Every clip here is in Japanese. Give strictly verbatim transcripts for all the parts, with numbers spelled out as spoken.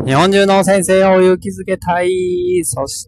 日本中の先生を勇気づけたい。そして、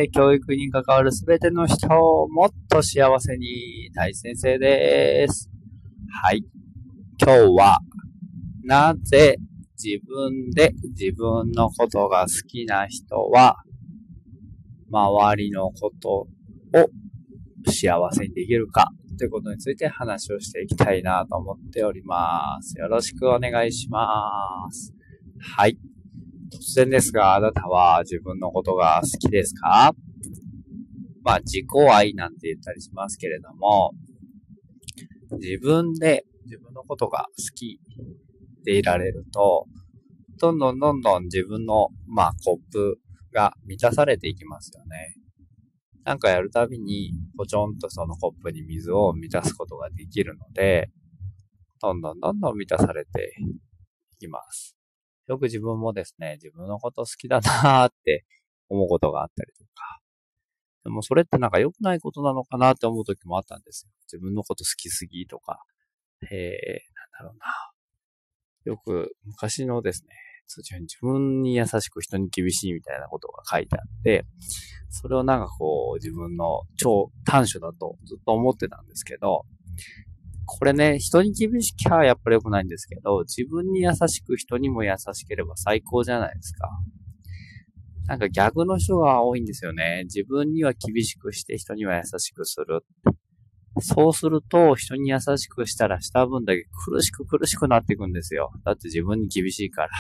教育に関わるすべての人をもっと幸せに。大先生です。はい。今日は、なぜ自分で自分のことが好きな人は、周りのことを幸せにできるかということについて話をしていきたいなと思っております。よろしくお願いします。はい。突然ですが、あなたは自分のことが好きですか？まあ、自己愛なんて言ったりしますけれども、自分で自分のことが好きでいられると、どんどんどんどん自分の、まあ、コップが満たされていきますよね。なんかやるたびに、ぽちょんとそのコップに水を満たすことができるので、どんどんどんどん満たされていきます。よく自分もですね、自分のこと好きだなーって思うことがあったりとか。でもそれってなんか良くないことなのかなって思う時もあったんですよ。自分のこと好きすぎとか。へえ、なんだろうな。よく昔のですね、自分に優しく人に厳しいみたいなことが書いてあって、それをなんかこう自分の超短所だとずっと思ってたんですけど、これね、人に厳しきゃやっぱり良くないんですけど、自分に優しく人にも優しければ最高じゃないですか。なんか逆の人が多いんですよね。自分には厳しくして人には優しくする。そうすると人に優しくしたらした分だけ苦しく苦しくなっていくんですよ。だって自分に厳しいから。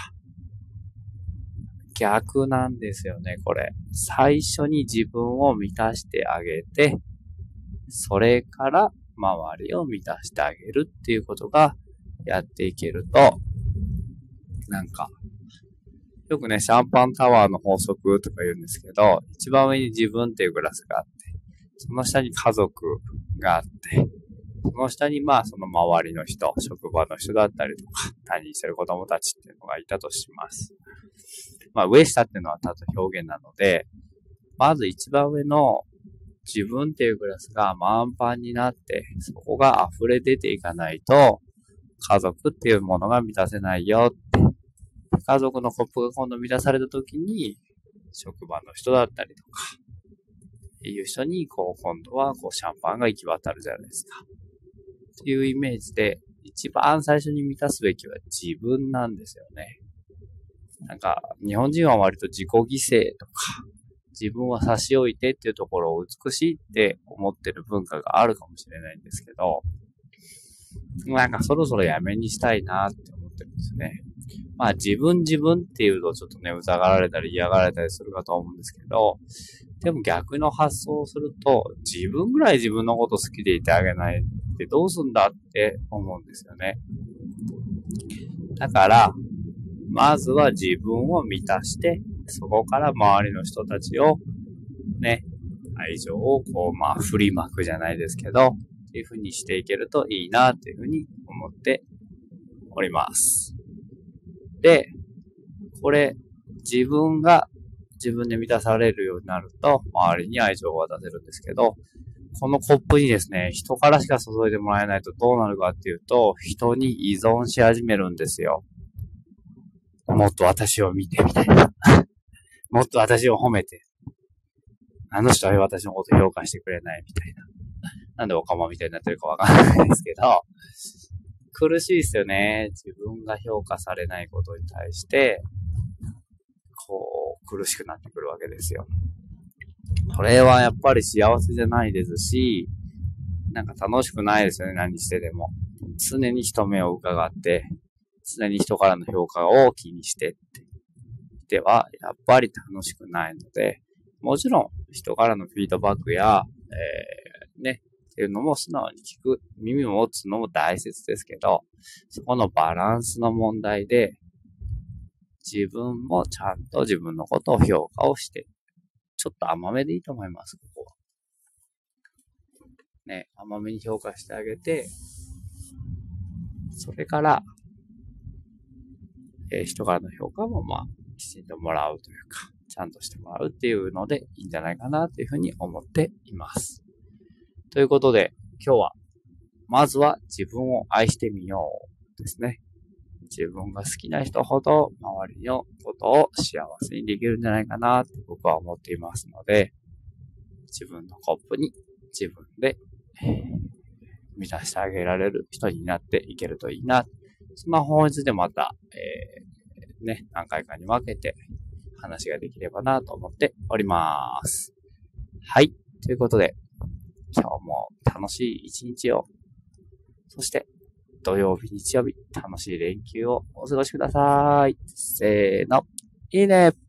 逆なんですよね、これ。最初に自分を満たしてあげて、それから周りを満たしてあげるっていうことがやっていけると、なんか、よくね、シャンパンタワーの法則とか言うんですけど、一番上に自分っていうグラスがあって、その下に家族があって、その下にまあその周りの人、職場の人だったりとか、他人してる子供たちっていうのがいたとします。まあ上下っていうのはただ表現なので、まず一番上の自分っていうグラスが満帆になって、そこが溢れ出ていかないと、家族っていうものが満たせないよって。家族のコップが今度満たされた時に、職場の人だったりとか、っていう人に、こう、今度は、こう、シャンパンが行き渡るじゃないですか。っていうイメージで、一番最初に満たすべきは自分なんですよね。なんか、日本人は割と自己犠牲とか、自分は差し置いてっていうところを美しいって思ってる文化があるかもしれないんですけど、なんかそろそろやめにしたいなって思ってるんですね。まあ自分自分っていうとちょっとね、疑がられたり嫌がられたりするかと思うんですけど、でも逆の発想をすると、自分ぐらい自分のこと好きでいてあげないってどうすんだって思うんですよね。だから、まずは自分を満たして、そこから周りの人たちをね、愛情をこう、まあ振りまくじゃないですけど、っていう風にしていけるといいなっていう風に思っております。で、これ、自分が自分で満たされるようになると、周りに愛情を渡せるんですけど、このコップにですね、人からしか注いでもらえないとどうなるかっていうと、人に依存し始めるんですよ。もっと私を見てみたいな。もっと私を褒めて。あの人は私のこと評価してくれないみたいな。なんでオカマみたいになってるかわかんないですけど、苦しいですよね。自分が評価されないことに対して、こう、苦しくなってくるわけですよ。これはやっぱり幸せじゃないですし、なんか楽しくないですよね、何してでも。常に人目を伺って、常に人からの評価を気にしてって。では、やっぱり楽しくないので、もちろん人からのフィードバックや、えー、ね、っていうのも素直に聞く、耳を持つのも大切ですけど、そこのバランスの問題で、自分もちゃんと自分のことを評価をして、ちょっと甘めでいいと思います、ここは。ね、甘めに評価してあげて、それから、えー、人からの評価もまあ、きちんともらうというか、ちゃんとしてもらうっていうのでいいんじゃないかなというふうに思っています。ということで、今日は、まずは自分を愛してみようですね。 自分が好きな人ほど周りのことを幸せにできるんじゃないかなって僕は思っていますので、自分のコップに自分で満たしてあげられる人になっていけるといいな。そんな本日でまた、えー、ね、何回かに分けて話ができればなと思っております。はい。ということで、今日も楽しい一日を、そして土曜日、日曜日、楽しい連休をお過ごしください。せーの。いいね。